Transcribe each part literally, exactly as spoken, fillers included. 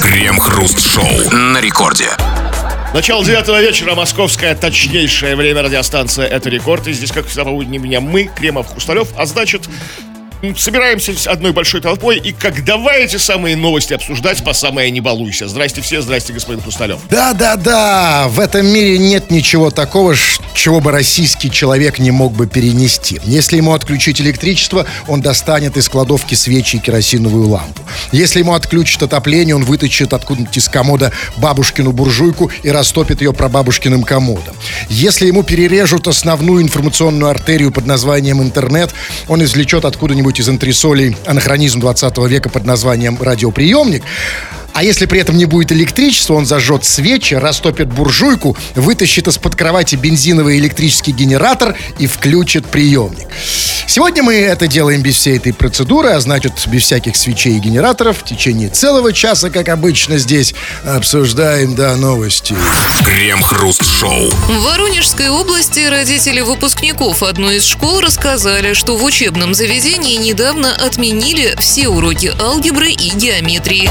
Крем-хруст-шоу на рекорде. Начало девятого вечера, московское точнейшее время, радиостанция «Это рекорд». И здесь, как всегда, будем меня мы, Кремов, Хрусталев. А значит, собираемся с одной большой толпой и как давай эти самые новости обсуждать по самое не балуйся. Здрасте все, здрасте, господин Хрусталев. Да-да-да, в этом мире нет ничего такого, чего бы российский человек не мог бы перенести. Если ему отключить электричество, он достанет из кладовки свечи и керосиновую лампу. Если ему отключат отопление, он вытащит откуда-нибудь из комода бабушкину буржуйку и растопит ее прабабушкиным комодом. Если ему перережут основную информационную артерию под названием интернет, он извлечет откуда-нибудь из антресолей анахронизм двадцатого века под названием радиоприемник. А если при этом не будет электричества, он зажжет свечи, растопит буржуйку, вытащит из-под кровати бензиновый электрический генератор и включит приемник. Сегодня мы это делаем без всей этой процедуры, а значит, без всяких свечей и генераторов. В течение целого часа, как обычно, здесь обсуждаем, да, новости. Крем-хруст-шоу. В Воронежской области родители выпускников одной из школ рассказали, что в учебном заведении недавно отменили все уроки алгебры и геометрии.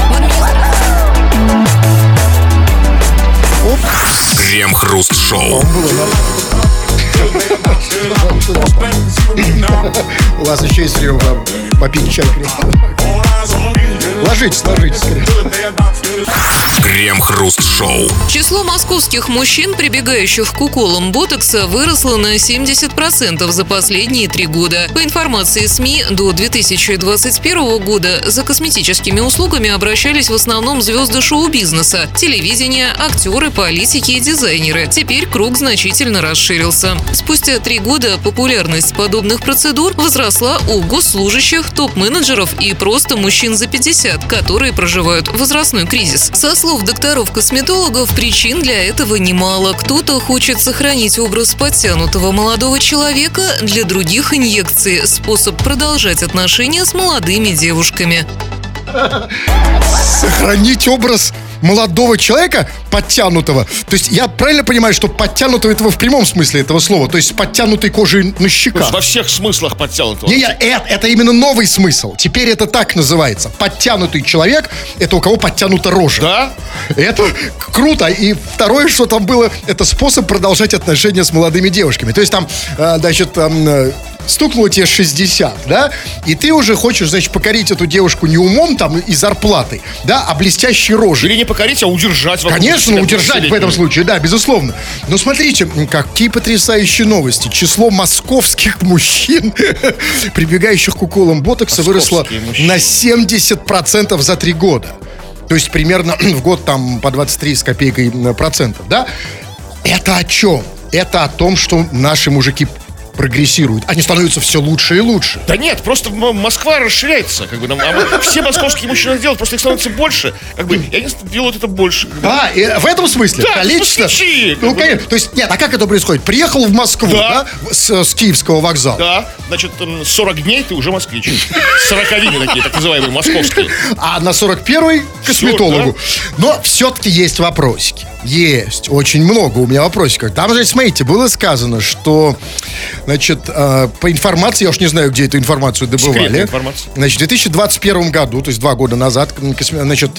Крем-хруст-шоу. У вас еще есть время попить чай. Ложитесь, ложитесь. Крем-хруст-шоу. Число московских мужчин, прибегающих к уколам ботокса, выросло на семьдесят процентов за последние три года. По информации СМИ, до две тысячи двадцать первого года за косметическими услугами обращались в основном звезды шоу-бизнеса, телевидения, актеры, политики и дизайнеры. Теперь круг значительно расширился. Спустя три года популярность подобных процедур возросла у госслужащих, топ-менеджеров и просто мужчин за пятьдесят, которые проживают возрастной кризис. Со слов докторов-косметологов, причин для этого немало. Кто-то хочет сохранить образ подтянутого молодого человека, для других инъекции – способ продолжать отношения с молодыми девушками. Сохранить образ молодого человека, подтянутого. То есть я правильно понимаю, что подтянутого этого в прямом смысле этого слова? То есть с подтянутой кожей на щеках? Во всех смыслах подтянутого. Не, не, это, это именно новый смысл. Теперь это так называется. Подтянутый человек – это у кого подтянута рожа. Да? Это круто. И второе, что там было, это способ продолжать отношения с молодыми девушками. То есть там, значит, там... стукнуло тебе шестьдесят, да, и ты уже хочешь, значит, покорить эту девушку не умом там и зарплатой, да, а блестящей рожей. Или не покорить, а удержать. Конечно, себя, удержать в этом случае, да, безусловно. Но смотрите, какие потрясающие новости. Число московских мужчин, прибегающих к уколам ботокса, выросло на семьдесят процентов за три года. То есть примерно в год там по двадцать три с копейкой процентов, да. Это о чем? Это о том, что наши мужики прогрессируют. Они становятся все лучше и лучше. Да нет, просто Москва расширяется. Как бы, а все московские мужчины делают, просто их становится больше. Как бы, и они делают это больше. Как бы. А, и в этом смысле? Да, количество. москвичи, ну, конечно. То есть, нет, а как это происходит? Приехал в Москву, да, да с, с Киевского вокзала. Да, значит, сорок дней ты уже москвич. Сороковины такие, так называемые, московские. А на сорок первый косметологу. Все, да? Но все-таки есть вопросики. Есть, очень много у меня вопросиков. Там же, смотрите, было сказано, что, значит, э, по информации, я уж не знаю, где эту информацию добывали. Информация. Значит, в две тысячи двадцать первом году, то есть два года назад, косме, значит,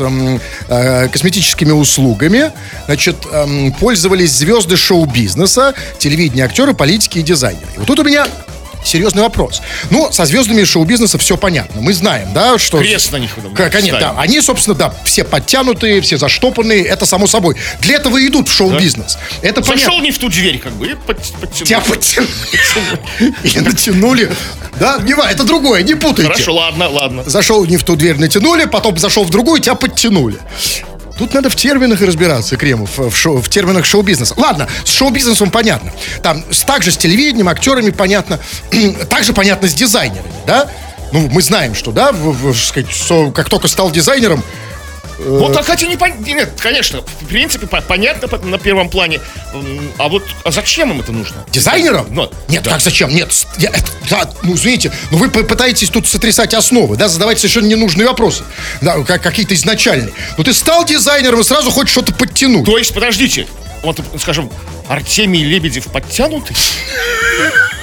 э, косметическими услугами, значит, э, пользовались звезды шоу-бизнеса, телевидения, актеры, политики и дизайнеры. И вот тут у меня серьезный вопрос. Ну, со звездами шоу-бизнеса все понятно. Мы знаем, да, что... Крест на них. Конечно, да. Они, собственно, да, все подтянутые, все заштопанные, это само собой. Для этого и идут в шоу-бизнес. Да? Это Зашел понятно. не в ту дверь, как бы, и подтянули. Тебя подтянули. И натянули. Да, не важно, это другое, не путайте. Хорошо, ладно, ладно. Зашел не в ту дверь, натянули, потом зашел в другую, тебя подтянули. Тут надо в терминах разбираться, Кремов, в, шоу, в терминах шоу-бизнеса. Ладно, с шоу-бизнесом понятно. Там также с телевидением, актерами понятно. Также понятно с дизайнерами, да? Ну, мы знаем, что, да, в, в, сказать, что, как только стал дизайнером, Вот так, хотя не понятно. Нет, конечно, в принципе, понятно на первом плане. А вот а зачем им это нужно? Дизайнерам? Ну, Нет, да. как зачем? Нет, я, да, ну, извините, но вы пытаетесь тут сотрясать основы, да, задавать совершенно ненужные вопросы, да, как, какие-то изначальные. Ну, ты стал дизайнером и сразу хочешь что-то подтянуть. То есть, подождите, вот, скажем, Артемий Лебедев подтянутый?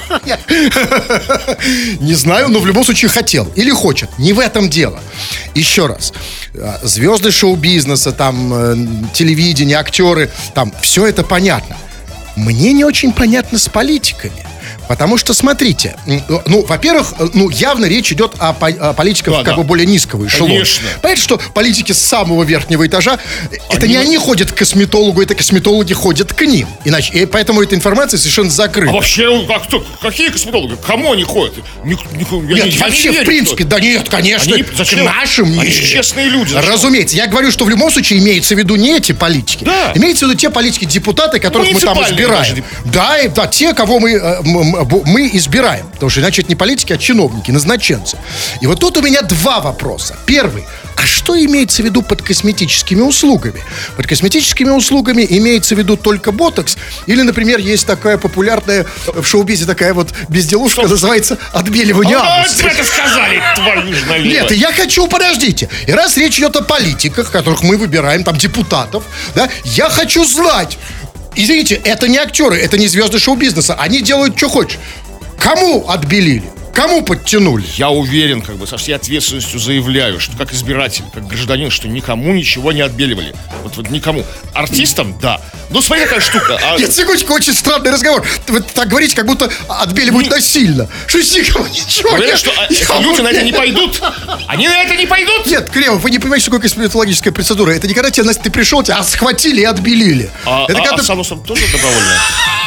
Не знаю, но в любом случае хотел. Или хочет. Не в этом дело. Еще раз. Звезды шоу-бизнеса, там, телевидение, актеры, там, все это понятно. Мне не очень понятно с политиками. Потому что, смотрите, ну, во-первых, ну, явно речь идет о, по- о политиках да, как да. бы более низкого эшелона. Конечно. Понимаете, что политики с самого верхнего этажа, они... это не они ходят к косметологу, это косметологи ходят к ним. Иначе, и поэтому эта информация совершенно закрыта. А вообще, как, кто, какие косметологи? К кому они ходят? Ни, ни, нет, я вообще, не верю, в принципе, кто... да нет, конечно. Они, к нашим. Они честные люди. Зачем? Разумеется. Я говорю, что в любом случае имеется в виду не эти политики. Да. Имеется в виду те политики, депутаты, которых мы там избираем. Даже. Да, и, да, те, кого мы, мы, мы избираем. Потому что иначе это не политики, а чиновники, назначенцы. И вот тут у меня два вопроса. Первый. А что имеется в виду под косметическими услугами? Под косметическими услугами имеется в виду только ботокс? Или, например, есть такая популярная в шоу-бизе такая вот безделушка, что? Называется отбеливание ануса. А, это сказали, твою ж налево. Нет, я хочу, подождите. И раз речь идет о политиках, которых мы выбираем, там, депутатов, да, я хочу знать. Извините, это не актеры, это не звезды шоу-бизнеса. Они делают, что хочешь. Кому отбелили? Кому подтянули? Я уверен, как бы, со всей ответственностью заявляю, что как избиратель, как гражданин, что никому ничего не отбеливали. Вот, вот никому. Артистам, да. Ну, смотри, какая штука. А... Нет, секундочку, очень странный разговор. Вы так говорите, как будто отбеливают не... насильно. Что никому ничего Уверен, нет. что я... люди на это не пойдут. Они на это не пойдут. Нет, Кремов, вы не понимаете, что такое косметологическая процедура. Это не когда тебя, ты пришел, тебя схватили и отбелили. А, это а, когда... а с анусом тоже добровольно?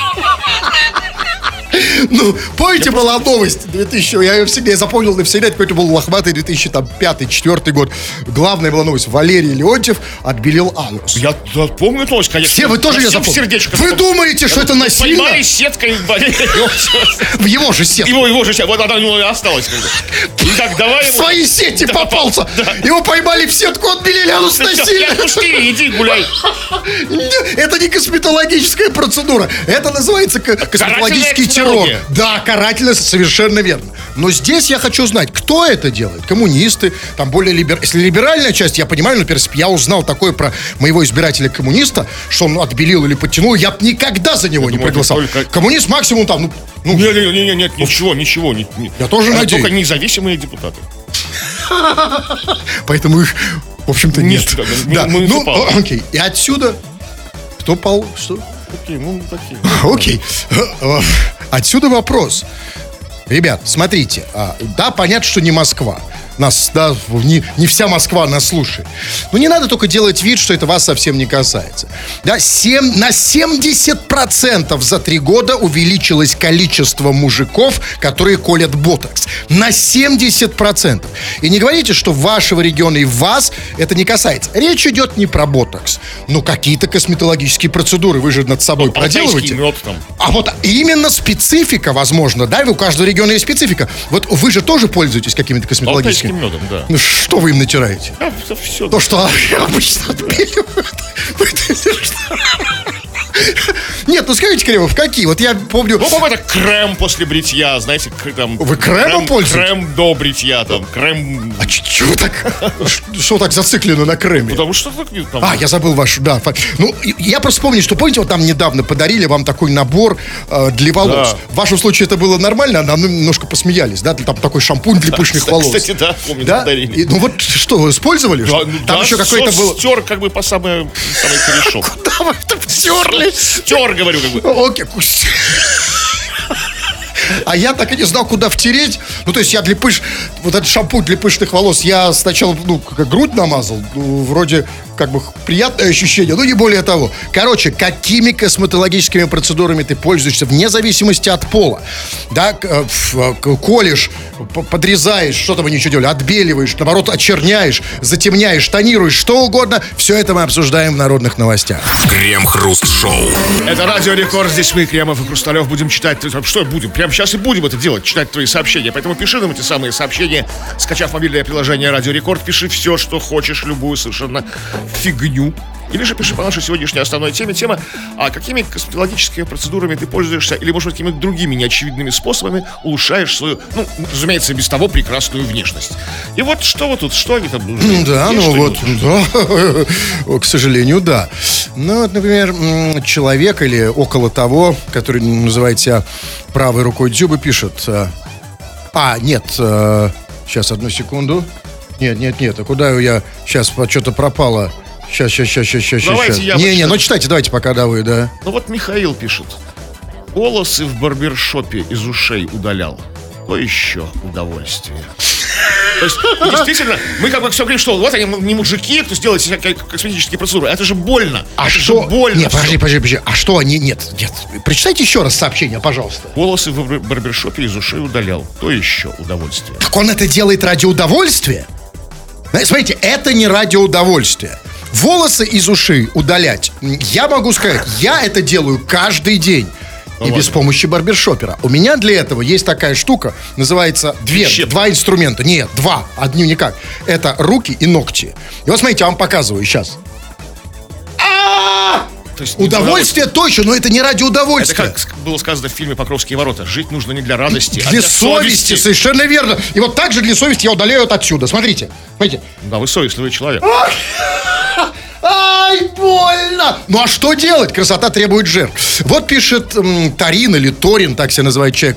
Ну, помните, была новость две тысячи, я ее всегда запомнил навсегда, какой-то был лохматый две тысячи пятый - две тысячи четвёртый год. Главная была новость: Валерий Леонтьев отбелил анус. Я да, помню новость, конечно. Все, вы тоже ее запомнили. Вы думаете, что это насильно? Поймали сеткой Валерия Леонтьева. В его же сетку. Его, его же сетку. Вот она у него и осталась. Итак, давай. В свои сети да, попался. Да. Его поймали в сетку, отбелили анус насильно. Пустили, иди гуляй. Это не косметологическая процедура. Это называется косметологический террор. Да, карательно, совершенно верно. Но здесь я хочу знать, кто это делает. Коммунисты, там более либер... Если либеральная часть, я понимаю, например, если бы я узнал такое про моего избирателя-коммуниста, что он отбелил или подтянул, я бы никогда за него я не думаю, проголосовал. Только... Коммунист максимум там, ну... ну... Нет, нет, нет, нет, ничего, ничего. Не, не... Я тоже а надеюсь. Только независимые депутаты. Поэтому их, в общем-то, нет. Да, ну, окей. И отсюда кто пал... Что? Окей, ну, такие. Окей. Отсюда вопрос. Ребят, смотрите. Да, понятно, что не Москва. Нас, да, не, не вся Москва нас слушает. Но не надо только делать вид, что это вас совсем не касается. Да, семь, на семьдесят процентов за три года увеличилось количество мужиков, которые колят ботокс. На семьдесят процентов. И не говорите, что вашего региона и вас это не касается. Речь идет не про ботокс. Ну, какие-то косметологические процедуры вы же над собой ну, проделываете. Мед, там. А вот именно специфика, возможно, да, у каждого региона есть специфика. Вот вы же тоже пользуетесь какими-то косметологическими... Медом, да. Ну что вы им натираете? А, все. То, что обычно отбеливают. Нет, ну скажите, Кремов, какие? Вот я помню... Ну, какой-то крем после бритья, знаете, там... Вы кремом пользуетесь? Крем до бритья, там, крем... А чего так... Что так зациклено на креме? Потому что... Там... А, я забыл вашу, да. Ну, я просто вспомнил, что, помните, вот там недавно подарили вам такой набор э, для волос. Да. В вашем случае это было нормально, а нам немножко посмеялись, да? Там такой шампунь для пышных да, волос. Кстати, да, помню, да? подарили. И, ну вот что, вы использовали? Да, там да, еще какой-то был... стер как бы по самый, самый корешок. Куда вы это стерли? Стер, говорю, как бы. Окей, а я так и не знал, куда втереть. Ну, то есть я для пыш... Вот этот шампунь для пышных волос я сначала, ну, как грудь намазал. Ну, вроде как бы приятное ощущение, но не более того. Короче, какими косметологическими процедурами ты пользуешься вне зависимости от пола? Да, колешь, подрезаешь, что там они еще делали, отбеливаешь, наоборот, очерняешь, затемняешь, тонируешь, что угодно. Все это мы обсуждаем в народных новостях. Крем-хруст-шоу. Это Радио Рекорд, здесь мы, Кремов и Хрусталев, будем читать. Что будем? Прямо сейчас и будем это делать, читать твои сообщения. Поэтому пиши нам эти самые сообщения, скачав мобильное приложение Радио Рекорд, пиши все, что хочешь, любую совершенно фигню. Или же пиши по нашей сегодняшней основной теме. Тема, а какими косметологическими процедурами ты пользуешься, или, может быть, какими-то другими неочевидными способами улучшаешь свою, ну, разумеется, без того прекрасную внешность. И вот что вот тут, что они там нужны? Да, ну вот, да, к сожалению, да. Ну, вот, например, м, человек или около того, который называет себя правой рукой Дзюбы, пишет... э, А, нет, э, сейчас, одну секунду. Нет, нет, нет, а куда я... Сейчас что-то пропало. Сейчас, сейчас, сейчас, сейчас, сейчас. Давайте я Не, не, прочитаю. ну читайте, давайте пока, да, вы, да. Ну вот Михаил пишет. Волосы в барбершопе из ушей удалял. То еще удовольствие. То есть, действительно, мы как бы все говорим, что вот они не мужики, кто сделает всякие косметические процедуры. Это же больно. А это что? же больно. Нет, подожди, всё. подожди, подожди. А что они... Нет, нет. Прочитайте еще раз сообщение, пожалуйста. Волосы в бар- барбершопе из ушей удалял. То еще удовольствие. Так он это делает ради удовольствия? Знаете, Смотрите, это не ради удовольствия. Волосы из ушей удалять, я могу сказать, я это делаю каждый день. И ладно. без помощи барбершопера. У меня для этого есть такая штука, называется две, Щетка. два инструмента. Нет, два, одни никак. Это руки и ногти. И вот смотрите, я вам показываю сейчас. А! То есть не Удовольствие точно, но это не ради Это удовольствия. как было сказано в фильме «Покровские ворота». Жить нужно не для радости, а Для для совести, совершенно верно. И вот так же для совести я удаляю это отсюда. Смотрите, смотрите. Да, вы совестливый человек. Ай, больно! Ну а что делать? Красота требует жертв. Вот пишет м, Тарин или Торин, так себя называет человек.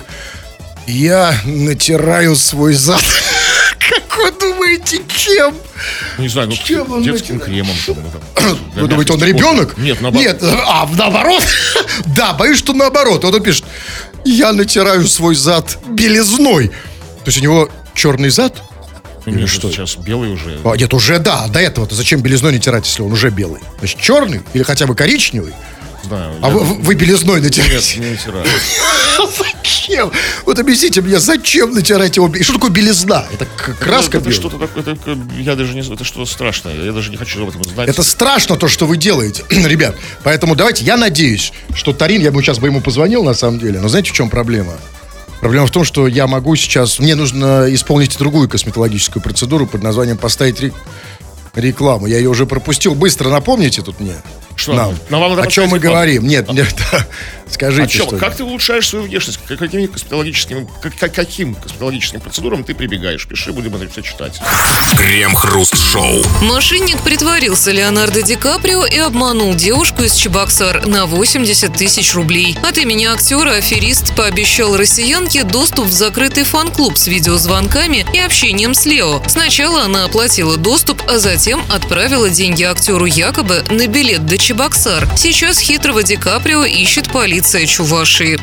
Я натираю свой зад. Как вы думаете, чем? Не знаю, ну Чем он детским натирает? кремом. там, ну, там, для Вы думаете, он мягкости ребенок? кожи. Нет, наоборот. Нет, а наоборот? Да, боюсь, что наоборот. Вот он пишет, я натираю свой зад белизной. То есть у него черный зад? Нет, что? сейчас белый уже. А, нет, уже да, до этого-то зачем белизной натирать, если он уже белый? Значит, черный или хотя бы коричневый? Знаю. А я- вы, вы белизной натираете? Нет, не натираю. Зачем? Вот объясните мне, зачем натирать его? И что такое белизна? Это к- краска Это белая? что-то такое, это, э, я даже не знаю, это что-то страшное. Я даже не хочу об этом знать. Это страшно, то, что вы делаете, ребят. Поэтому давайте, я надеюсь, что Тарин, я бы сейчас бы ему позвонил, на самом деле. Но знаете, в чем проблема? Проблема в том, что я могу сейчас... Мне нужно исполнить другую косметологическую процедуру под названием «поставить ре- рекламу». Я ее уже пропустил. Быстро напомните тут мне. Что? Нам. Нам вам надо О чем мы поставить рекламу? говорим? Нет, нет, да. Скажите, А чё, что... как ты улучшаешь свою внешность? К Какими косметологическими, к- к- каким косметологическим процедурам ты прибегаешь? Пиши, будем это все читать. Крем-хруст-шоу. Мошенник притворился Леонардо Ди Каприо и обманул девушку из Чебоксар на восемьдесят тысяч рублей. От имени актера аферист пообещал россиянке доступ в закрытый фан-клуб с видеозвонками и общением с Лео. Сначала она оплатила доступ, а затем отправила деньги актеру якобы на билет до Чебоксар. Сейчас хитрого Ди Каприо ищет полиция Чувашии.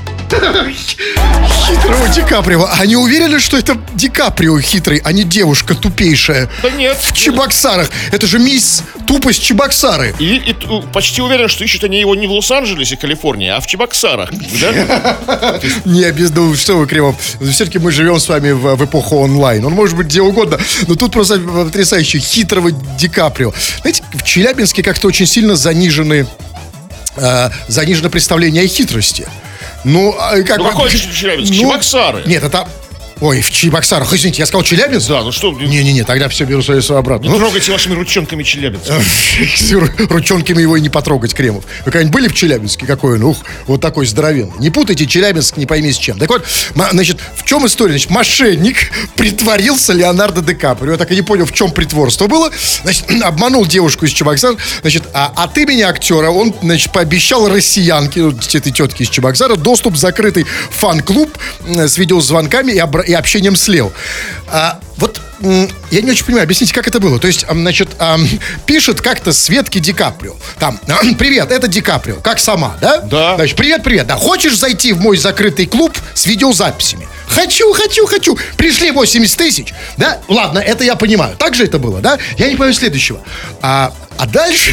Хитрого Ди Каприо. А они уверены, что это Ди Каприо хитрый, а не девушка тупейшая Да нет. в Чебоксарах? Это же мисс тупость Чебоксары. И, и т- почти уверен, что ищут они его не в Лос-Анджелесе, Калифорния, а в Чебоксарах. Да? Не, без, ну что вы, Кремов. Все-таки мы живем с вами в, в эпоху онлайн. Он может быть где угодно, но тут просто потрясающе хитрого Ди Каприо. Знаете, в Челябинске как-то очень сильно занижены, э, занижено представление о хитрости. Ну, а как Ну бы- какой Челябинск? Ну, Чебоксары. Нет, это... Ой, в Чебоксарах. Извините, я сказал Челябинск? Да, ну что, не, Не-не-не, тогда все беру свое слово обратно. Ну, трогайте вашими ручонками Челябинск. ручонками его и не потрогать, Кремов. Вы когда-нибудь были в Челябинске? Какой он? Ух, вот такой здоровенный. Не путайте Челябинск, не пойми с чем. Так вот, ма- значит, в чем история? Значит, мошенник притворился Леонардо Ди Каприо. Я так и не понял, в чем притворство было. Значит, обманул девушку из Чебоксар. Значит, а от имени актера он, значит, пообещал россиянке, ну, этой тетке из Чебоксара, доступ в закрытый фан-клуб э, с видеозвонками и, обра- и общением с Лео. А, вот м, я не очень понимаю, объясните, как это было. То есть, ам, значит, ам, пишет как-то Светке Ди Каприо. Там, привет, это Ди Каприо, как сама, да? Да. Значит, привет, привет, да. Хочешь зайти в мой закрытый клуб с видеозаписями? Хочу, хочу, хочу. Пришли восемьдесят тысяч, да? Ладно, это я понимаю. Так же это было, да? Я не понимаю следующего. А, а дальше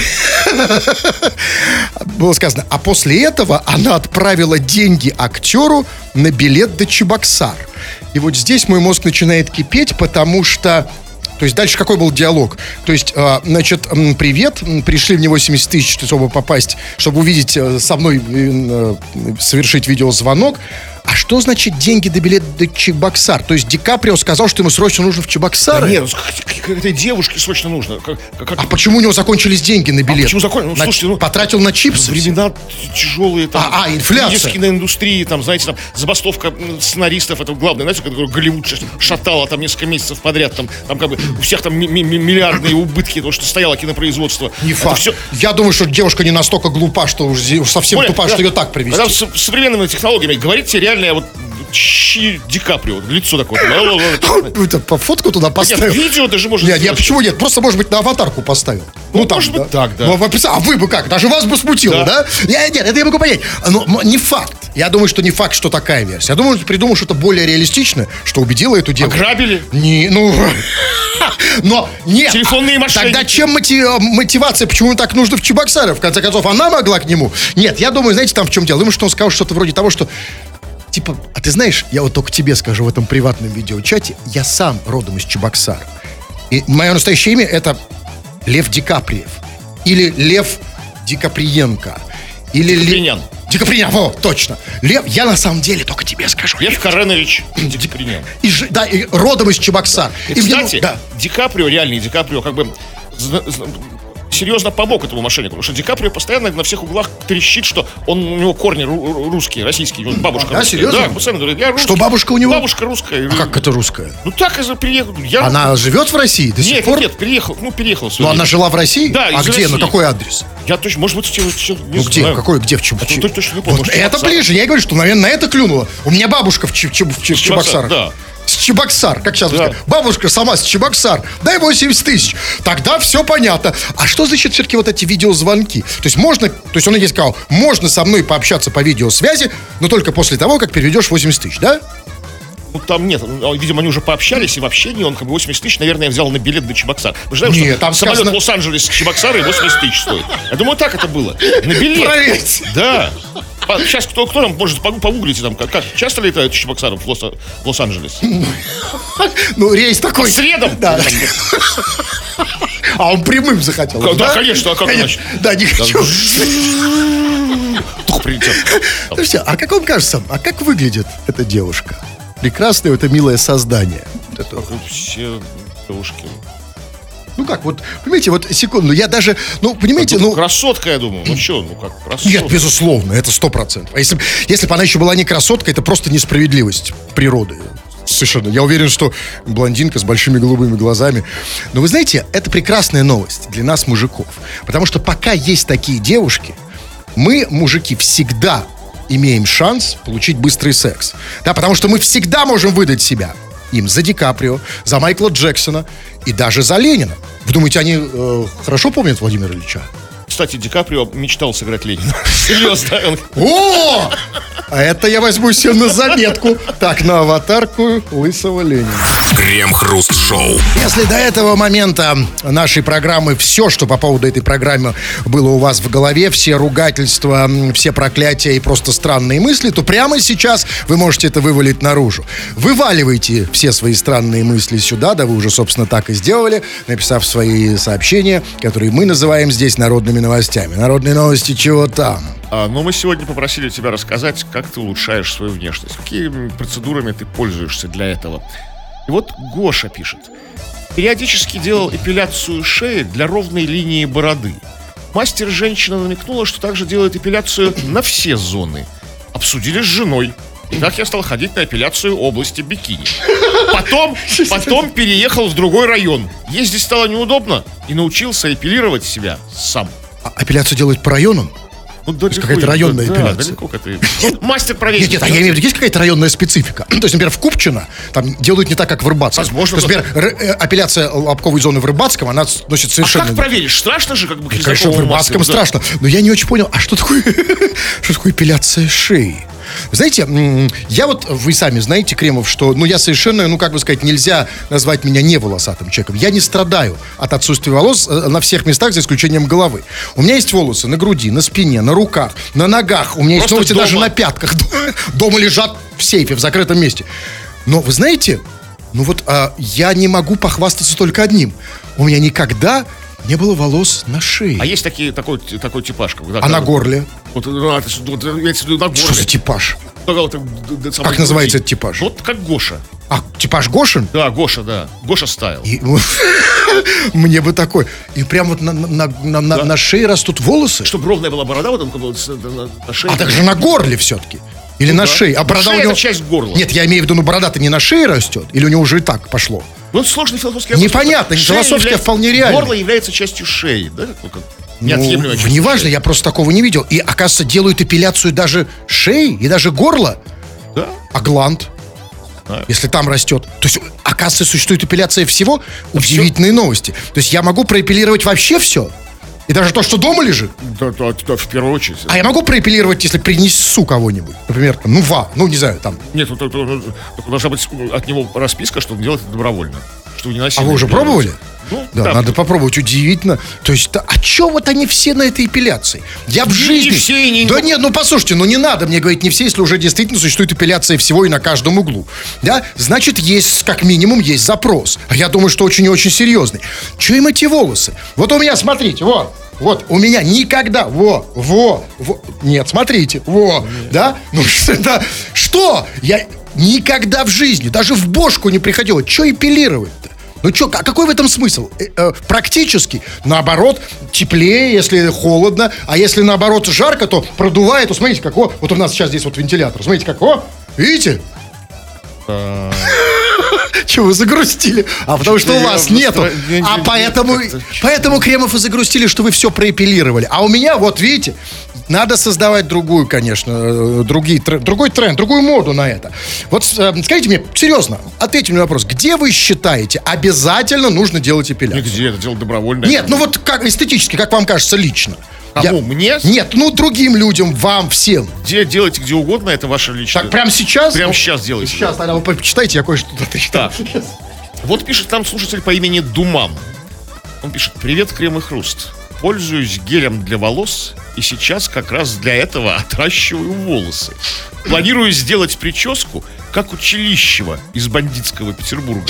было сказано, а после этого она отправила деньги актеру на билет до Чебоксар. И вот здесь мой мозг начинает кипеть, потому что... То есть дальше какой был диалог? То есть, э, значит, м, привет, м, пришли мне восемьдесят тысяч, чтобы попасть, чтобы увидеть э, со мной, э, э, совершить видеозвонок. А что значит деньги до билета до Чебоксар? То есть Ди Каприо сказал, что ему срочно нужно в Чебоксары? Да нет, ну, к- к- этой девушке срочно нужно. Как- как- А почему у него закончились деньги на билет? почему закончились? Ну, На- слушайте, ну, потратил на чипсы? Времена тяжелые, там, А, а, инфляция. кризис киноиндустрии, там, знаете, там, забастовка м, сценаристов, это главное, знаете, который Голливуд ш- шатало там несколько месяцев подряд, там, там как бы у всех там ми- ми- миллиардные убытки, потому что стояло кинопроизводство. Не Это факт. всё- Я думаю, что девушка не настолько глупа, что уж зи- совсем Более- тупа, да, что ее так привезти. когда с с современными технологиями говорит тебе реально вот щи Ди Каприо, лицо такое. Это по фотку туда Нет, поставил? видео даже может Нет, я сделать. почему нет? Просто, может быть, на аватарку поставил. Ну, там, может быть, так, да. Ну, а вы- а вы бы как? Даже вас бы смутило, да? Да. Я- Нет, это я могу понять. Но м, не факт. Я думаю, что не факт, что такая версия. Я думаю, придумал что-то более реалистичное, что убедило эту девушку. Ограбили? Не, ну... Но нет. Телефонные мошенники. Тогда чем моти- мотивация, почему ему так нужно в Чебоксары? В конце концов, она могла к нему? Нет, я думаю, знаете, там в чем дело? Думаю, что он сказал что-то вроде того, что типа, а ты знаешь, я вот только тебе скажу в этом приватном видеочате, я сам родом из Чебоксар. И мое настоящее имя это Лев Ди Каприев. Или Лев Ди Каприенко. Или Ле- Капринян. Ди Капринян, во, точно. Лев, я на самом деле только тебе скажу. Лев Каренович Ди Капринян. И, ж- да, и родом из Чебоксар. И, И мне, ну, кстати, да. Ди Каприо, реальный Ди Каприо, как бы зна- зна- серьезно помог этому мошеннику, потому что Ди Каприо постоянно на всех углах трещит, что он, у него корни ру- ру- русские, российские, у него бабушка Да, русская. серьезно? Да, постоянно говорит, я русский. Что бабушка у него? Бабушка русская. А как это русская? Ну так и за- приехал. Я... Она живет в России до сих Нет, пор? нет, нет, переехал, ну переехал. Но она жила в России? Да, А из где? На России. какой адрес? Я точно, может быть, все, все, не Ну где? знаю. Какой? Где? В Чеб... Это Чеб- точно- точно не помню. Вот Может, это Чебоксар? ближе. Я и говорю, что, наверное, на это клюнуло. У меня бабушка в, Чеб- Чеб- в Чеб- Чебоксар, Чебоксарах. да. С Чебоксар, как сейчас Да. сказать. Бабушка сама с Чебоксар. Дай восемьдесят тысяч. Тогда все понятно. А что значит все-таки вот эти видеозвонки? То есть можно, то есть он ей сказал, можно со мной пообщаться по видеосвязи, но только после того, как переведешь восемьдесят тысяч, да? Ну, там нет, ну, видимо, они уже пообщались, и в общении он как бы восемьдесят тысяч, наверное, взял на билет до Чебоксар. Вы знаете, Нет, что там самолет сказано- Лос-Анджелес Чебоксары восемьдесят тысяч стоит. Я думаю, так это было. На билет. Проверьте. Да. А сейчас кто, кто там может погу- погуглите там, как, как часто летают из Чебоксаров в, Лос- в Лос-Анджелес? Ну, рейс такой. По средам? Да. А он прямым захотел. Да, конечно, а как Конечно. иначе? Да, не хочу. Тух прилетел. Слушайте, а как вам кажется, а как выглядит эта девушка? Прекрасное, это милое создание. Вот это вот. Все девушки. Ну как, вот, понимаете, вот секунду, я даже, ну, понимаете, ну... Красотка, я думаю. Ну что, ну как, красотка. Нет, безусловно, это сто процентов. А если, б- если бы она еще была не красотка, это просто несправедливость природы. Совершенно. Я уверен, что блондинка с большими голубыми глазами. Но вы знаете, это прекрасная новость для нас, мужиков. Потому что пока есть такие девушки, мы, мужики, всегда имеем шанс получить быстрый секс. Да, потому что мы всегда можем выдать себя им за Ди Каприо, за Майкла Джексона и даже за Ленина. Вы думаете, они э, хорошо помнят Владимира Ильича? Кстати, Ди Каприо мечтал сыграть Ленина. Серьезно. он- О! А это я возьму себе на заметку. Так, на аватарку лысого Ленина. Крем-хруст-шоу. Если до этого момента нашей программы все, что по поводу этой программы было у вас в голове, все ругательства, м, все проклятия и просто странные мысли, то прямо сейчас вы можете это вывалить наружу. Вываливайте все свои странные мысли сюда, да вы уже, собственно, так и сделали, написав свои сообщения, которые мы называем здесь народными новостями. Народные новости чего там? А, но мы сегодня попросили тебя рассказать, как ты улучшаешь свою внешность. Какими процедурами ты пользуешься для этого. И вот Гоша пишет. Периодически делал эпиляцию шеи для ровной линии бороды. Мастер женщина намекнула, что также делает эпиляцию на все зоны. Обсудили с женой. И так я стал ходить на эпиляцию области бикини. Потом, потом переехал в другой район. Ездить стало неудобно и научился эпилировать себя сам. А апелляцию делают по районам? Ну, далеко, какая-то районная да, эпиляция. далеко как это. Ну, мастер проверит. Нет, нет, а я имею в виду, есть какая-то районная специфика? То есть, например, в Купчино там делают не так, как в Рыбацком. Возможно, То есть, например, р- э, апелляция лобковой зоны в Рыбацком, она с- носит А совершенно... как проверишь? Страшно же, как бы, к Конечно, в языковому Рыбацком мастеру, да. страшно. Но я не очень понял, а что такое, что такое эпиляция шеи? Вы знаете, м, я вот, вы сами знаете, Кремов, что, ну, я совершенно, ну, как бы сказать, нельзя назвать меня не волосатым человеком. Я не страдаю от отсутствия волос э, на всех местах, за исключением головы. У меня есть волосы на груди, на спине, на руках, на ногах. У меня есть Просто волосы даже дома. на пятках. Дома лежат в сейфе, в закрытом месте. Но, вы знаете, ну вот а, я не могу похвастаться только одним. У меня никогда не было волос на шее. А есть такие, такой, такой типаж. Когда, А на горле? Вот, ну, это- вот, имеется в виду на горле. Что за типаж? вот, д- д- самой Как называется груди. этот типаж? Вот как Гоша. А, типаж Гошин? Да, Гоша, да. Гоша стайл. И, мне бы такой. И прям вот на, на, на, на, Да. на шее растут волосы. Чтобы ровная была борода, вот он как бы вот с- на, на шее. А так же на горле все-таки. Или на да. шее. А борода Шея у него... это часть горла. Нет, я имею в виду, ну борода-то не на шее растет? Или у него уже и так пошло? Ну, это сложный философский вопрос. Непонятно, Шея философски является- вполне реально. Горло является частью шеи, да? Ну, как Ну, неотъемлемая часть неважно, шеи. я просто такого не видел. И, оказывается, делают эпиляцию даже шеи и даже горла. Да? А гланд? Знаю. Если там растет. То есть, оказывается, существует эпиляция всего. Удивительные новости. То есть я могу проэпилировать вообще все? И даже то, что дома лежит? Да, да, да, в первую очередь. А я могу проэпилировать, если принесу кого-нибудь? Например, там, ну, ва, ну, не знаю, там. Нет, вот, вот, вот, вот должна быть от него расписка, что он делает это добровольно. Что не А вы уже пробовали? Ну, Да, да, надо попробовать, удивительно. То есть, да, а чё вот они все на этой эпиляции? Я в Не жизни... все, не- Да нет, ну послушайте, ну не надо мне говорить не все, если уже действительно существует эпиляция всего и на каждом углу. Да? Значит, есть, как минимум, есть запрос. А я думаю, что очень и очень серьезный. Чё им эти волосы? Вот у меня, смотрите, вот. Вот, у меня никогда, во, во, во, нет, смотрите, во, да, ну что, да, что, я никогда в жизни, даже в бошку не приходило, что эпилировать-то? Ну что, а какой в этом смысл? Э, э, практически, наоборот, теплее, если холодно, а если наоборот жарко, то продувает, вот смотрите, как, о, вот у нас сейчас здесь вот вентилятор, смотрите, как, о, видите? Чего вы загрустили? А потому что у вас нету. А поэтому, поэтому Кремов и загрустили, что вы все проэпилировали. А у меня, вот видите, надо создавать другую, конечно, э, другие, тр- другой тренд, другую моду на это. Вот э, скажите мне, серьезно, ответьте мне на вопрос, где вы считаете, обязательно нужно делать эпиляцию? Нигде, это дело добровольно. Нет, ну вот как эстетически, как вам кажется лично? Кому, мне? Нет, ну другим людям, вам, всем. Где делайте где угодно, это ваше личное. Так прямо сейчас? Прямо Ну, сейчас делайте. Сейчас, тогда вы почитайте, я кое-что тут отчитаю. Так. Вот пишет нам слушатель по имени Думан. Он пишет: привет, Крем и Хруст. Пользуюсь гелем для волос и сейчас как раз для этого отращиваю волосы. Планирую сделать прическу, как у Челищева из бандитского Петербурга.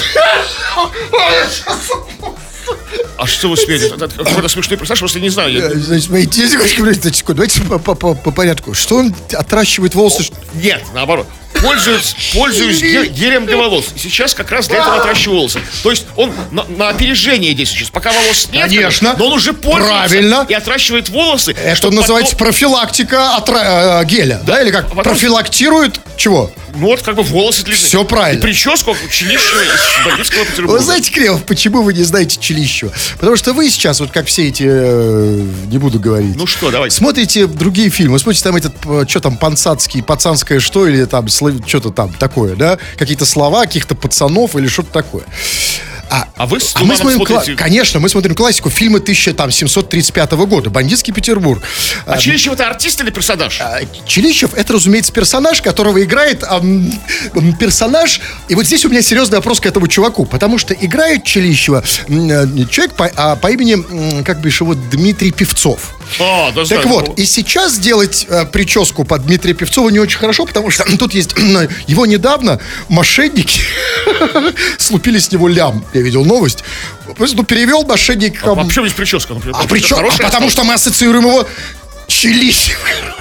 А что вы смеетесь? Это какой-то смешной персонаж, просто не знаю. я- Значит, мои секундочку, секундочку, давайте по, по- по- по порядку. Что он отращивает волосы? Нет, наоборот. Пользуюсь, пользуюсь ге- гелем для волос. И сейчас как раз для этого отращиваю волосы. То есть он на, на опережение действует сейчас. Пока волос нет, Конечно. но он уже пользуется Правильно. и отращивает волосы. Это чтобы называется потом- профилактика отра- э, геля, да? Или как? А потом- Профилактирует чего? Ну вот как бы волосы для... Всё правильно. И прическу, как у Челищева из бандитского Петербурга. Вы знаете, Кремов, почему вы не знаете Челищева? Потому что вы сейчас, вот как все эти, э, не буду говорить. Ну что, давайте. Смотрите другие фильмы, смотрите там этот, что там, панцатский, пацанское что, или там, что-то там такое, да? Какие-то слова, каких-то пацанов или что-то такое. А, А вы с а мы Думаном смотрим, кла- смотрите- конечно, мы смотрим классику, фильмы тысяча семьсот тридцать пятого года, «Бандитский Петербург». А Челищев это артист или персонаж? А, Челищев — это, разумеется, персонаж, которого играет ам, м, персонаж. И вот здесь у меня серьезный вопрос к этому чуваку, потому что играет Челищева м, э, человек по, а, по имени, м, как бы его, Дмитрий Певцов. А, да, Так знаю. вот, и сейчас сделать э, прическу под Дмитрия Певцова не очень хорошо, потому что тут есть его недавно мошенники слупили с него лям. Я видел новость. Ну, перевел мошенник. А почему здесь прическа? Ну, А причем, а хорошая потому осталась. что мы ассоциируем его Челищев.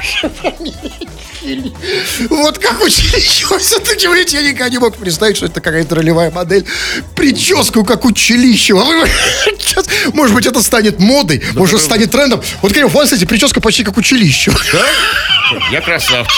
Вот как у Челищева. Все-таки, видите, я никогда не мог представить, что это какая-то ролевая модель. Прическу, как у Челищева. Сейчас, может быть, это станет модой, может, это станет трендом. Вот, Кирилл, вот, кстати, прическа почти как у Челищева. Да? Я красавчик.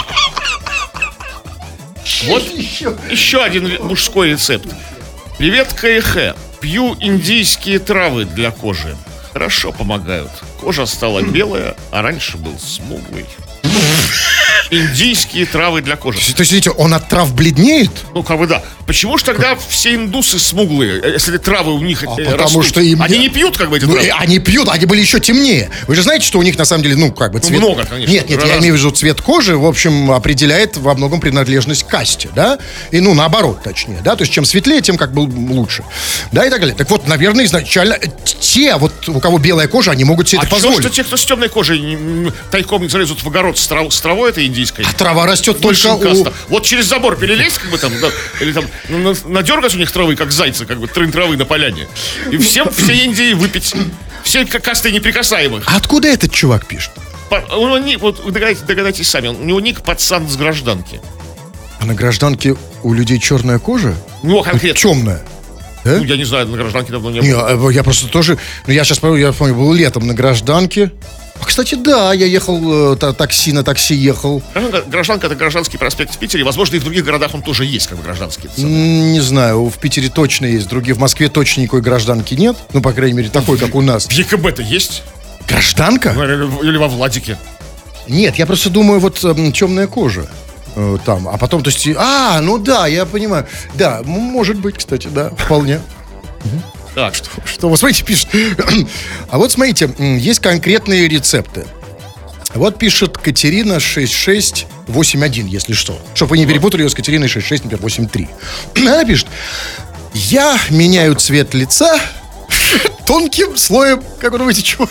Вот еще один мужской рецепт. Привет, КХ. Пью индийские травы для кожи. Хорошо помогают. Кожа стала белая, а раньше был смуглый. Индийские травы для кожи. То есть, видите, он от трав бледнеет? Ну, как бы да. Почему же тогда все индусы смуглые, если травы у них А э, потому растут? что им Они не- не пьют, как бы, эти Ну, травы? и они пьют, они были еще темнее. Вы же знаете, что у них на самом деле, ну, как бы цвет... много, конечно. Нет, нет, я Раз- имею в виду цвет кожи, в общем, определяет во многом принадлежность к касте, да? И, ну, наоборот, точнее, да? То есть, чем светлее, тем как бы лучше. Да, и так далее. Так вот, наверное, изначально э, те, вот, у кого белая кожа, они могут себе А это что, позволить. что те, кто с темной кожей м, тайком не залезут в огород с, трав- с травой этой индийской? А трава растет только Высшим у... кастом. Вот через забор перелезть, как бы там, да, или там ну, на- надергать у них травы, как зайцы, как бы трын травы на поляне. И всем всей Индии выпить. Все к- касты неприкасаемых. А откуда этот чувак пишет? По- у него ник- вот вы догадайтесь, догадайтесь сами, у него ник пацан с гражданки. А на гражданке у людей черная кожа? Ну, а конкретно. Темная. Да? Ну, я не знаю, на гражданке давно не Не, было. а, я просто тоже... Ну, я сейчас помню, я помню, был летом на гражданке. А, кстати, да, я ехал, э, та- такси, на такси ехал. Гражданка, гражданка — это Гражданский проспект в Питере. Возможно, и в других городах он тоже есть, как бы гражданский. М, Не знаю, в Питере точно есть, другие. В Москве точно никакой гражданки нет. Ну, по крайней мере, такой, как у нас. В ЕКБ-то есть? Гражданка? Ну, Или или во Владике? Нет, я просто думаю, вот эм, темная кожа э, там. А потом, то есть... А, ну да, я понимаю. Да, м- может быть, кстати, да, вполне. Так, что? Что, вот смотрите, пишет. А вот смотрите, м, есть конкретные рецепты. Вот пишет Катерина шесть шесть восемь один, если что. Чтобы вы не перепутали ее с Катериной шесть шесть восемь три. Она пишет: я меняю цвет лица тонким слоем, как вы думаете, чего?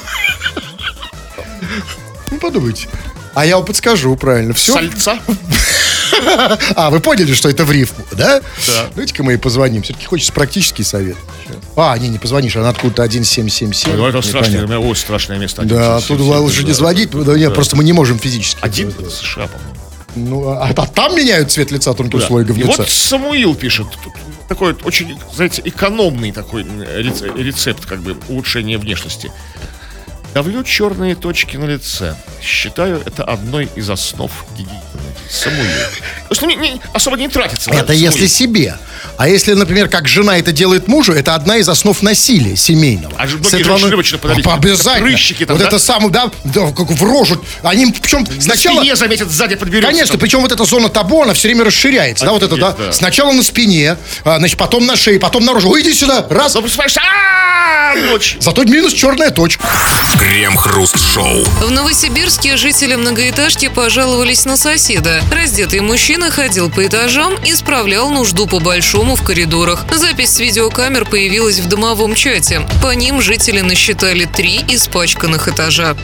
Ну, подумайте. А я вам подскажу, правильно. Все. Сальца? А, вы поняли, что это в рифму, да? Да. Давайте-ка мы ей позвоним. Все-таки хочется практический совет. А, не, не позвонишь, она откуда-то один семь семь семь. Ну, это страшное, у Непонятно. меня очень страшное место. Да, тут лучше не звонить. Да, нет, просто мы не можем физически. Один в США, по-моему. Ну, а, а там меняют цвет лица тонким Да. слоем И говнеца. вот Самуил пишет. Тут такой вот очень, знаете, экономный такой рец- рецепт, как бы, улучшения внешности. Давлю черные точки на лице. Считаю это одной из основ гигиены. Самуил. То есть, ну, не, не- особо не тратится. да, Это Самуил? если себе. А если, например, как жена это делает мужу, это одна из основ насилия семейного. А же С многие этого женщины оно- очень подавить. А, обязательно. Прыщики там, вот да? это самое, да, да, как в рожу. Они, причем На сначала... спине заметят, сзади подберется. Конечно, там. причем вот эта зона табу, она все время расширяется. Да, вот это, да. Офигеть, да. Сначала на спине, а, значит, потом на шее, потом на роже. Ой, иди сюда, раз. Ну, представляешь, а ночь. Зато минус черная точка. Крем-хруст-шоу. В Новосибирске жители многоэтажки пожаловались на соседа. Раздетый мужчина ходил по этажам и справлял нужду по-большому в коридорах. Запись с видеокамер появилась в домовом чате. По ним жители насчитали три испачканных этажа.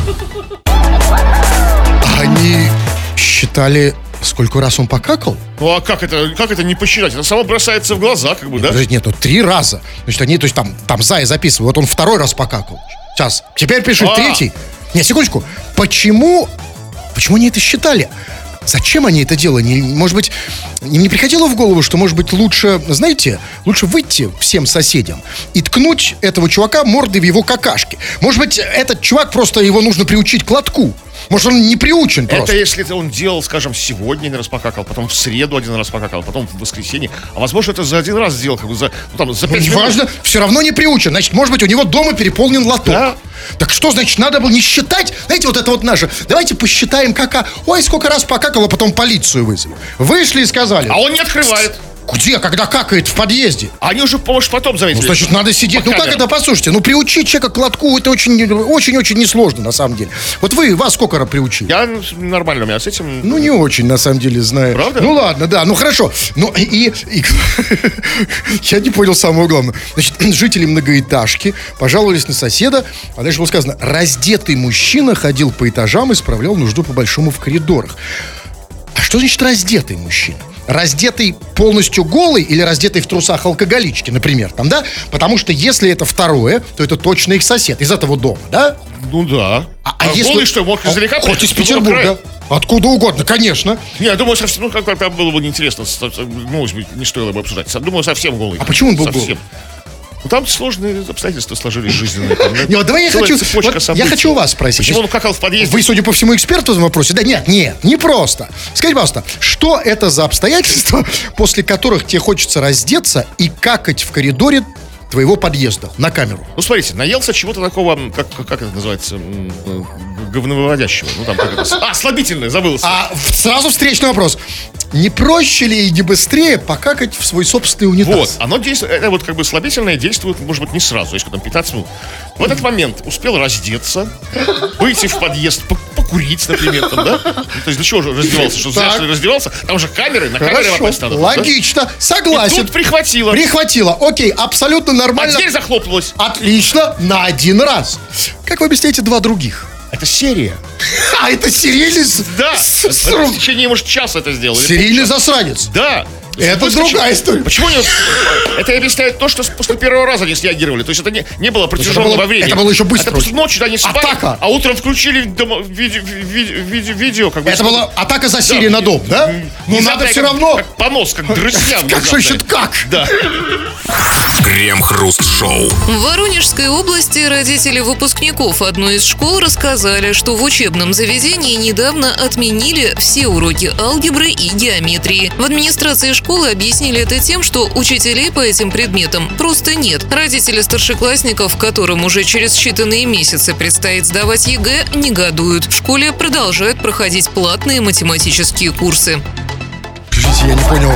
Они считали, сколько раз он покакал? Ну а как это, как это не посчитать? Это само бросается в глаза, как бы, да? Подождите, нет, ну три раза. Значит, они, то есть там, там Зая записывал, вот он второй раз покакал. Сейчас, теперь пишет А. третий. Нет, секундочку. Почему, почему они это считали? Зачем они это делали? Не- может быть, им не приходило в голову, что, может быть, лучше, знаете, лучше выйти всем соседям и ткнуть этого чувака мордой в его какашки. Может быть, этот чувак просто, его нужно приучить к лотку. Может, он не приучен просто. Это если это он делал, скажем, сегодня один раз покакал, потом в среду один раз покакал, потом в воскресенье. А возможно, это за один раз сделал, как бы за, ну, там, за пять минут. Неважно, все равно не приучен. Значит, может быть, у него дома переполнен лоток. Да. Так что, значит, надо было не считать? Знаете, вот это вот наше. Давайте посчитаем, кака. Ой, сколько раз покакала, потом полицию вызовем. Вышли и сказали. А он не открывает. Где, когда какает в подъезде? Они уже, может, потом заметили. Ну, значит, надо сидеть. По Ну, как камерам. это, послушайте, ну, приучить человека к лотку, это очень, очень-очень несложно, на самом деле. Вот вы, вас сколько раз приучили? Я нормально, у меня с этим... Ну, не очень, на самом деле, знаю. Правда? Ну, ладно, да, ну, хорошо. Ну, и... и- я не понял самого главного. Значит, жители многоэтажки пожаловались на соседа, а дальше было сказано: раздетый мужчина ходил по этажам и справлял нужду по-большому в коридорах. А что значит раздетый мужчина? Раздетый полностью голый или раздетый в трусах алкоголички, например, там, да? Потому что если это второе, то это точно их сосед из этого дома, да? Ну да. А, а если... голый, что, мог издалека А, хоть из приехать, с другого Петербурга. Откуда угодно, конечно. Не, я думаю, совсем, ну, как там было бы неинтересно, с- с- может быть, не стоило бы обсуждать. Думаю, совсем голый. А почему он был совсем. голый? Ну, там сложные обстоятельства сложились жизненные. там, да. Не, вот давай я Целая хочу, цепочка вот событий. я хочу у вас спросить. Почему он какал в подъезде? Вы, судя по всему, эксперт в этом вопросе? Да нет, нет, не просто. Скажите, пожалуйста, что это за обстоятельства, после которых тебе хочется раздеться и какать в коридоре твоего подъезда на камеру? Ну, смотрите, наелся чего-то такого, м, как, как, как это называется, м, э, говновыводящего. Ну, там, как это... А, слабительное, забыл. А в- сразу встречный вопрос. Не проще ли и не быстрее покакать в свой собственный унитаз? Вот, оно действует, это вот как бы слабительное действует, может быть, не сразу, если там пятнадцать минут. В этот момент успел раздеться, выйти в подъезд, по- покурить, например, там, да? Ну, то есть для чего же раздевался? Что, зря, Так. что ли, раздевался? Там же камеры, на камере Хорошо, попасть надо. да? логично, И согласен. тут прихватило. Прихватило, окей, абсолютно А нормально. дверь захлопнулась. Отлично, на один раз. Как вы объясняете два других? Это серия. А это серийный... с- Да. с- с- Это в течение, может, часа это сделали. Серийный засранец. Да. Это выскочил. другая история. Почему не... Это объясняет то, что после первого раза не среагировали. То есть это не, не было протяженного было- времени. это было еще быстро Это просто очень. ночью они спали, Атака. а утром включили дома- виде- виде- виде- видео. Как бы, Это была атака за Сирию на дом, да? Ну, надо Внезапная, все как- равно... Как понос, как дрысня. Как что еще как? Да. Крем-хруст-шоу. В Воронежской области родители выпускников одной из школ рассказали, что в учебном заведении недавно отменили все уроки алгебры и геометрии. В администрации школы объяснили это тем, что учителей по этим предметам просто нет. Родители старшеклассников, которым уже через считанные месяцы предстоит сдавать ЕГЭ, негодуют. В школе продолжают проходить платные математические курсы. Подождите, я не понял,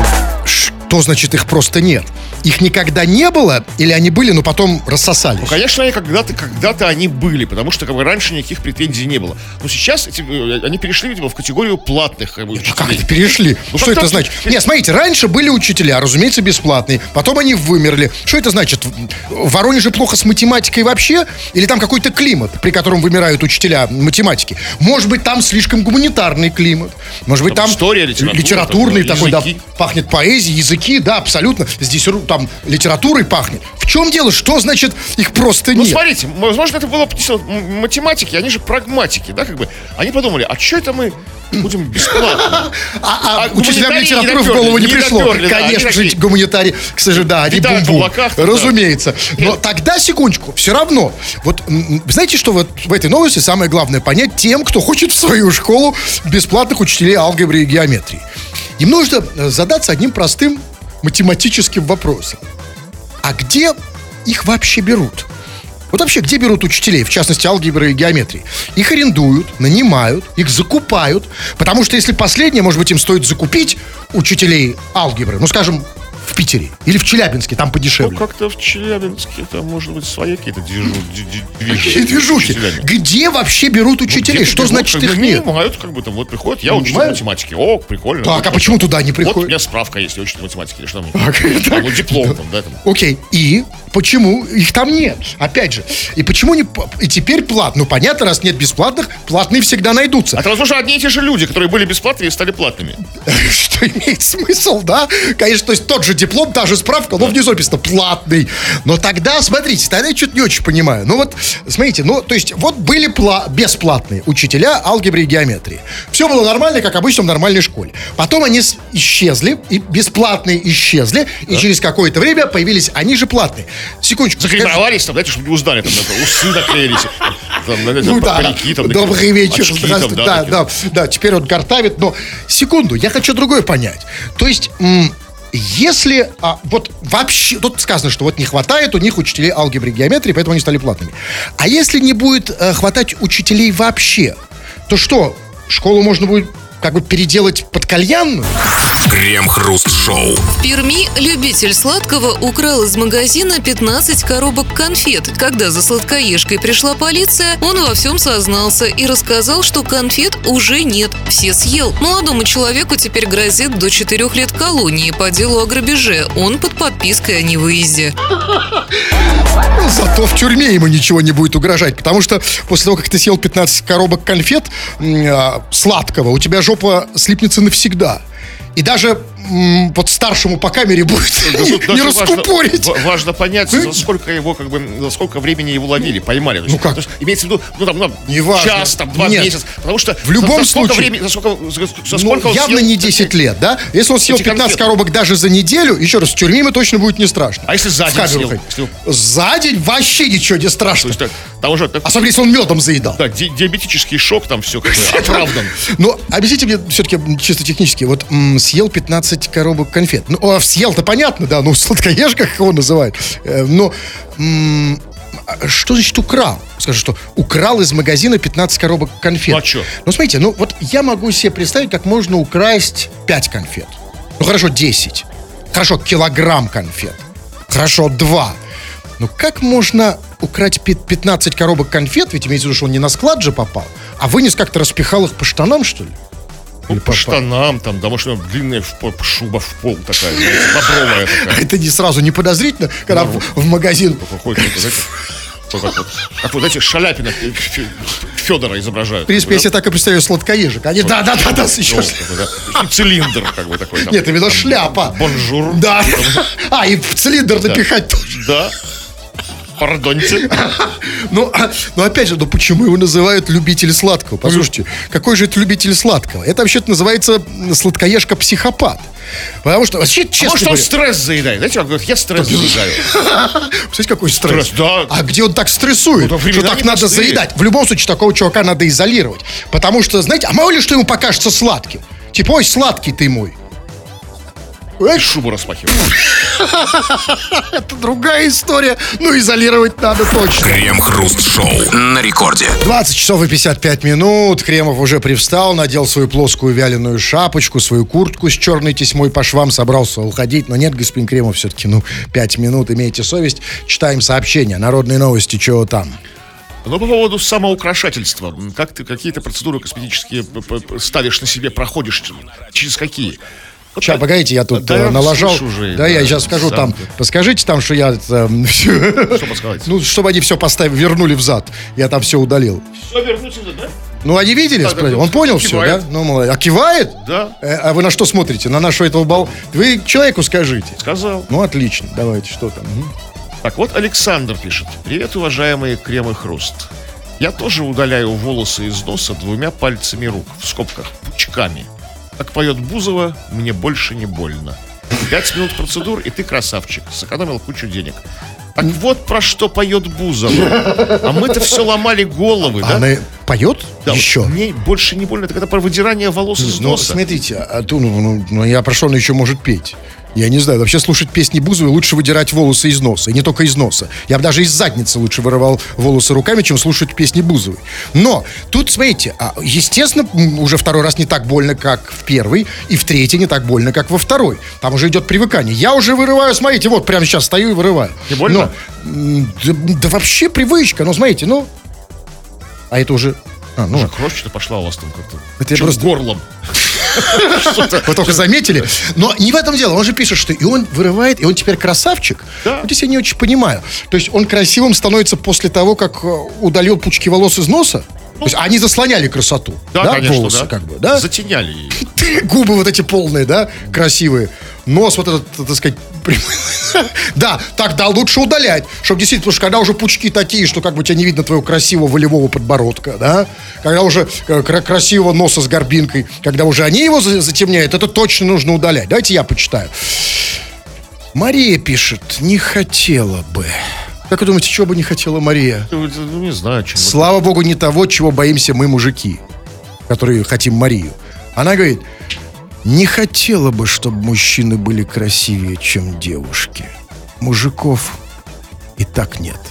что значит их просто нет? Их никогда не было, или они были, но потом рассосались? Ну, конечно, они когда-то, когда-то они были, потому что как бы раньше никаких претензий не было. Но сейчас эти, э, они перешли, видимо, в категорию платных как бы, А как учителей. это перешли? Ну, что как это так? значит? Не, смотрите, раньше были учителя, разумеется, бесплатные. Потом они вымерли. Что это значит? В Воронеже плохо с математикой вообще? Или там какой-то климат, при котором вымирают учителя математики? Может быть, там слишком гуманитарный климат. Может быть, Там там, история, литература, литературный там, такой, да, языки. пахнет поэзией, языки, да, абсолютно. Здесь ру- там литературой пахнет. В чем дело? Что значит их просто Ну, нет? смотрите, возможно, это было м- математики, они же прагматики, да, как бы. Они подумали, а что это мы будем бесплатно? А, а А учителям гуманитарии литературы не в голову не доперли, не пришло. доперли, да, Конечно они же, такие гуманитарии, к сожалению, да, они витают в бум-бум. облаках, да. Разумеется. Но тогда, секундочку, все равно. Вот, м, знаете, что вот в этой новости самое главное понять тем, кто хочет в свою школу бесплатных учителей алгебры и геометрии. Им нужно э, задаться одним простым математическим вопросом. А где их вообще берут? Вот вообще, где берут учителей, в частности, алгебры и геометрии? Их арендуют, нанимают, их закупают. Потому что если последнее, может быть, им стоит закупить учителей алгебры, ну, скажем, в Питере или в Челябинске, там Ну, подешевле. как-то в Челябинске там, может быть, свои какие-то движу- ди- ди- Какие движухи. движухи. учителями. Где вообще берут учителей? Где-то Что берут, значит как их бы нет? нанимают, как бы там, вот приходят, я учитель Нанимают? математики. О, прикольно. Так, а почему туда не Вот у приходят? меня справка есть, я учитель математики, или что мне? Так, Там, ну, диплом там, да, там. Окей, и почему их там нет? Опять же, и почему не... п- И теперь платно. Ну, понятно, раз нет бесплатных, платные всегда найдутся. Это, возможно, одни и те же люди, которые были бесплатными и стали платными. Что имеет смысл, да? Конечно, то есть тот же диплом, та же справка, но внизу написано платный. Но тогда, смотрите, тогда я что-то не очень понимаю. Ну вот, смотрите, ну, то есть вот были пла- бесплатные учителя алгебры и геометрии. Все было нормально, как обычно в нормальной школе. Потом они с- исчезли, и бесплатные исчезли, и через какое-то время появились они же платные. Секундочку. Загримировались там, знаете, чтобы не узнали, там, это, усы наклеились, там, знаете, Ну да, парики, там, добрый вечер. очки, там, Здравствуйте. Да, такие. да, да, теперь он картавит, но секунду, я хочу другое понять. То есть, м, если а, вот вообще, тут сказано, что вот не хватает у них учителей алгебры и геометрии, поэтому они стали платными. А если не будет э, хватать учителей вообще, то что, школу можно будет как бы переделать под кальянную? Крем-хруст-шоу. В Перми любитель сладкого украл из магазина пятнадцать коробок конфет. Когда за сладкоежкой пришла полиция, он во всем сознался и рассказал, что конфет уже нет, все съел. Молодому человеку теперь грозит до четырех лет колонии по делу о грабеже. Он под подпиской о невыезде. Ну, зато в тюрьме ему ничего не будет угрожать, потому что после того, как ты съел пятнадцать коробок конфет м, а, сладкого, у тебя жопа слипнется навсегда. И даже м, вот старшему по камере будет Да тут не даже раскупорить. Важно, ва- важно понять, за сколько его, как бы, за сколько времени его ловили, поймали. То есть, Ну как? то есть, имеется в виду, ну там, ну, Неважно. час, там, два Нет. месяца. Потому что В любом за, за сколько случае. времени, за сколько, за, за Ну, сколько он явно съел- не десять лет, да? Если он съел Эти пятнадцать конфеты. коробок даже за неделю, еще раз, в тюрьме ему точно будет не страшно. А если за В день камеру съел? ходить. Если- За день вообще ничего не То страшно. есть, так, там уже так, Особенно, если он медом заедал. да, ди- диабетический шок, там все как бы оправдан. Но объясните мне все-таки чисто технически. Вот м, съел пятнадцать коробок конфет. Ну, а съел-то понятно, да, ну, сладкоежка, как его называют. Э, но м, а что значит украл? Скажи, что украл из магазина пятнадцать коробок конфет. Ну, а чё? Ну, смотрите, ну, вот я могу себе представить, как можно украсть пять конфет. Ну, хорошо, десять. Хорошо, килограмм конфет. Хорошо, два. Ну, как можно украть пи- пятнадцать коробок конфет? Ведь имеется в виду, что он не на склад же попал, а вынес как-то, распихал их по штанам, что ли? Ну, Или по штанам, там, да, может, у него длинная в пол- шуба в пол такая, знаете, бобровая такая. Это не сразу не подозрительно, когда в, в магазин Какой-то, знаете, Как вот, как вот эти Шаляпина Федора изображают. В принципе, я себе так и представляю сладкоежек. Они, да, да, да, да, еще. Ну, такой, да. И цилиндр, как бы такой. Там, Нет, именно там, шляпа. Бонжур. Да. А, и в цилиндр напихать тоже. Да. Пардоньте. Ну, а, ну, опять же, ну почему его называют любитель сладкого? Послушайте, какой же это любитель сладкого? Это вообще-то называется сладкоежка-психопат. Потому что, вообще, честно А может, он говоря... стресс заедает? Знаете, он говорит, я стресс заедаю. Представляете, какой стресс? Стресс, да. А где он так стрессует, Ну, да, что времена так надо непростые. заедать? В любом случае, такого чувака надо изолировать. Потому что, знаете, а мало ли, что ему покажется сладким. Типа, ой, сладкий ты мой. Понимаешь? Шубу распахивает. Это другая история. Ну, изолировать надо точно. Крем-хруст-шоу на рекорде. двадцать часов и пятьдесят пять минут. Кремов уже привстал, надел свою плоскую вяленую шапочку, свою куртку с черной тесьмой по швам, собрался уходить. Но нет, господин Кремов, все-таки, ну, пять минут, имейте совесть. Читаем сообщения. Народные новости, чего там? Ну, по поводу самоукрашательства. Как ты какие-то процедуры косметические п- п- ставишь на себе, проходишь? Через какие? Вот Сейчас, так- погодите, я тут Да, э, я налажал. слышу уже, да, да, я сейчас скажу сам там. ты. Подскажите там, что я... э, Что подсказать? ну, чтобы они все поставили, вернули взад. Я там все удалил. Все, вернуться, да? Ну, они видели? Да, спросил? да, Он понял кивает. все, да? Ну, молодец. А кивает? Да. Э, а вы на что смотрите? На нашего этого бал? Вы человеку скажите. Сказал. Ну, отлично. Давайте, что там? Мгм. Так вот, Александр пишет. Привет, уважаемые Крем и Хруст. Я тоже удаляю волосы из носа двумя пальцами рук, в скобках, пучками. Как поет Бузова, мне больше не больно. Пять минут процедур, и ты красавчик. Сэкономил кучу денег. Так вот про что поет Бузова. А мы-то все ломали головы, да? Она поет Да, еще? вот мне больше не больно. Это когда про выдирание волос из Ну, носа. смотрите, а то, ну, ну, ну, я про что она еще может петь? Я не знаю, вообще слушать песни Бузовой лучше выдирать волосы из носа. И не только из носа. Я бы даже из задницы лучше вырывал волосы руками, чем слушать песни Бузовой. Но тут, смотрите, а, естественно, м, уже второй раз не так больно, как в первый. И в третий не так больно, как во второй. Там уже идет привыкание. Я уже вырываю, смотрите, вот прямо сейчас стою и вырываю. Не больно? Но, м, да, да вообще привычка. Ну, смотрите, ну... А это уже... А, ну, Уже кровь что-то пошла у вас там как-то. Это я Чё, просто- горлом. вы только заметили. Но не в этом дело. Он же пишет, что и он вырывает, и он теперь красавчик. Да. Вот здесь я не очень понимаю. То есть он красивым становится после того, как э, удалил пучки волос из носа? То есть они заслоняли красоту. Да, конечно, волосы, да. как бы, да? Затеняли ее. Губы вот эти полные, да, красивые. Нос вот этот, так сказать, прямой. Да, тогда лучше удалять, чтобы действительно, потому что когда уже пучки такие, что как бы тебя не видно твоего красивого волевого подбородка, да, когда уже э, кра- красивого носа с горбинкой, когда уже они его за- затемняют, это точно нужно удалять. Давайте я почитаю. Мария пишет, не хотела бы. Как вы думаете, чего бы не хотела Мария? Ну, не знаю, чем. Слава богу, не того, чего боимся мы, мужики, которые хотим Марию. Она говорит, не хотела бы, чтобы мужчины были красивее, чем девушки. Мужиков и так нет.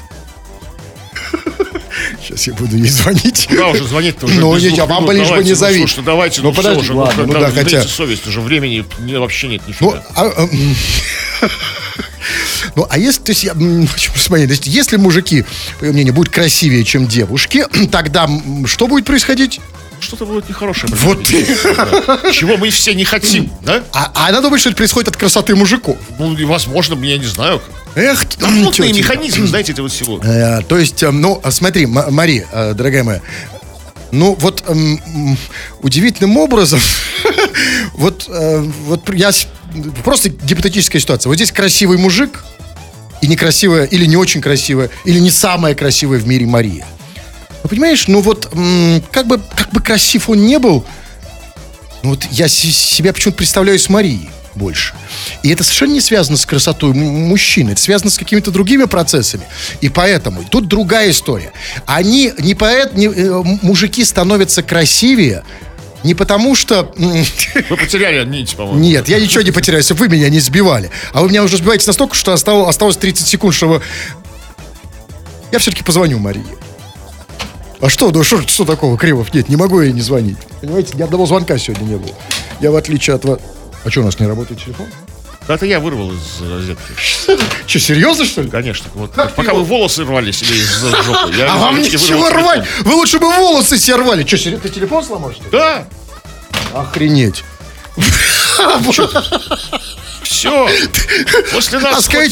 Сейчас я буду ей звонить. Куда уже звонить-то уже? Ну, без не, двух а вам минут? бы лишь бы Давайте, не ну, зови. слушайте, давайте, Ну, ну, все подожди, уже. ладно, ну да, да, уберите хотя- совесть, уже времени не- вообще нет Ну, нифига. а, а, м, ну, а если, то есть, я, м, хочу посмотреть, то есть, если мужики, по ее мнению, будут красивее, чем девушки, тогда м, что будет происходить? Что-то будет нехорошее. Вот происходить. Да. Чего мы все не хотим, да? А, а она думает, что это происходит от красоты мужиков. Ну, и возможно, я не знаю. Эх, Плотный тетя. механизм, знаете, этого всего. Э, то есть, э, ну, смотри, М- Мари, э, дорогая моя, ну, вот эм, м, удивительным образом, вот, э, вот я с- просто гипотетическая ситуация. Вот здесь красивый мужик и некрасивая, или не очень красивая, или не самая красивая в мире Мария. Ну, понимаешь, ну вот, м, как бы, как бы красив он не был, ну вот я с- себя почему-то представляю с Марией больше. И это совершенно не связано с красотой м- мужчины, это связано с какими-то другими процессами. И поэтому тут другая история. Они не поэт, не, э, мужики становятся красивее не потому что... м, Вы потеряли нить, по-моему. Нет, я ничего не потеряю, если вы меня не сбивали. А вы меня уже сбиваете настолько, что осталось, осталось тридцать секунд, чтобы... Я все-таки позвоню Марии. А что, ну что, что такого, Кривов? Нет, не могу я не звонить. Понимаете, ни одного звонка сегодня не было. Я в отличие от вас... А что, у нас не работает телефон? Да, это я вырвал из розетки. Что, серьезно, что ли? Конечно. Вот, пока вы волосы рвали себе из жопы. Я А из вам розетки ничего вырвал рвать? телефон. Вы лучше бы волосы себе рвали. Что, серьезно, ты телефон сломал, что ли? Да, Охренеть. все. После нас... А скажите,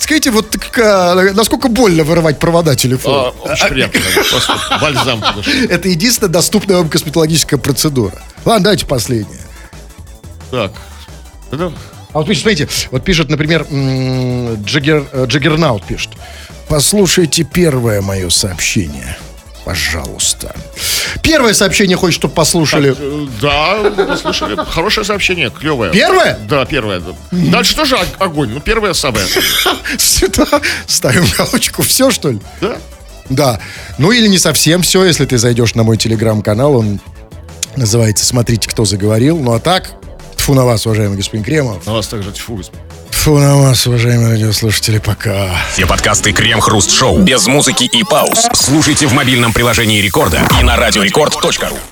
Скажите, вот как, а, насколько больно вырывать провода телефона? А, очень приятно. Просто бальзам. Это единственная доступная вам косметологическая процедура. Ладно, давайте последнее. Так. Это... А вот пишет, смотрите, вот пишет, например, м, Джаггер, э, Джаггернаут пишет. Послушайте первое мое сообщение. Пожалуйста. Первое сообщение хочет, чтобы послушали. Так, э, да, послушали. Хорошее сообщение, клевое. Первое? Да, первое. Дальше тоже ог- огонь, но первое самое. Сюда ставим галочку. Все, что ли? Да? Да. Ну или не совсем все, если ты зайдешь на мой телеграм-канал. Он называется «Смотрите, кто заговорил». Ну а так, тьфу на вас, уважаемый господин Кремов. На вас также тьфу. Тьфу на вас, уважаемые радиослушатели, пока. Все подкасты Крем-Хруст Шоу без музыки и пауз слушайте в мобильном приложении Рекорда и на радиорекорд точка ру.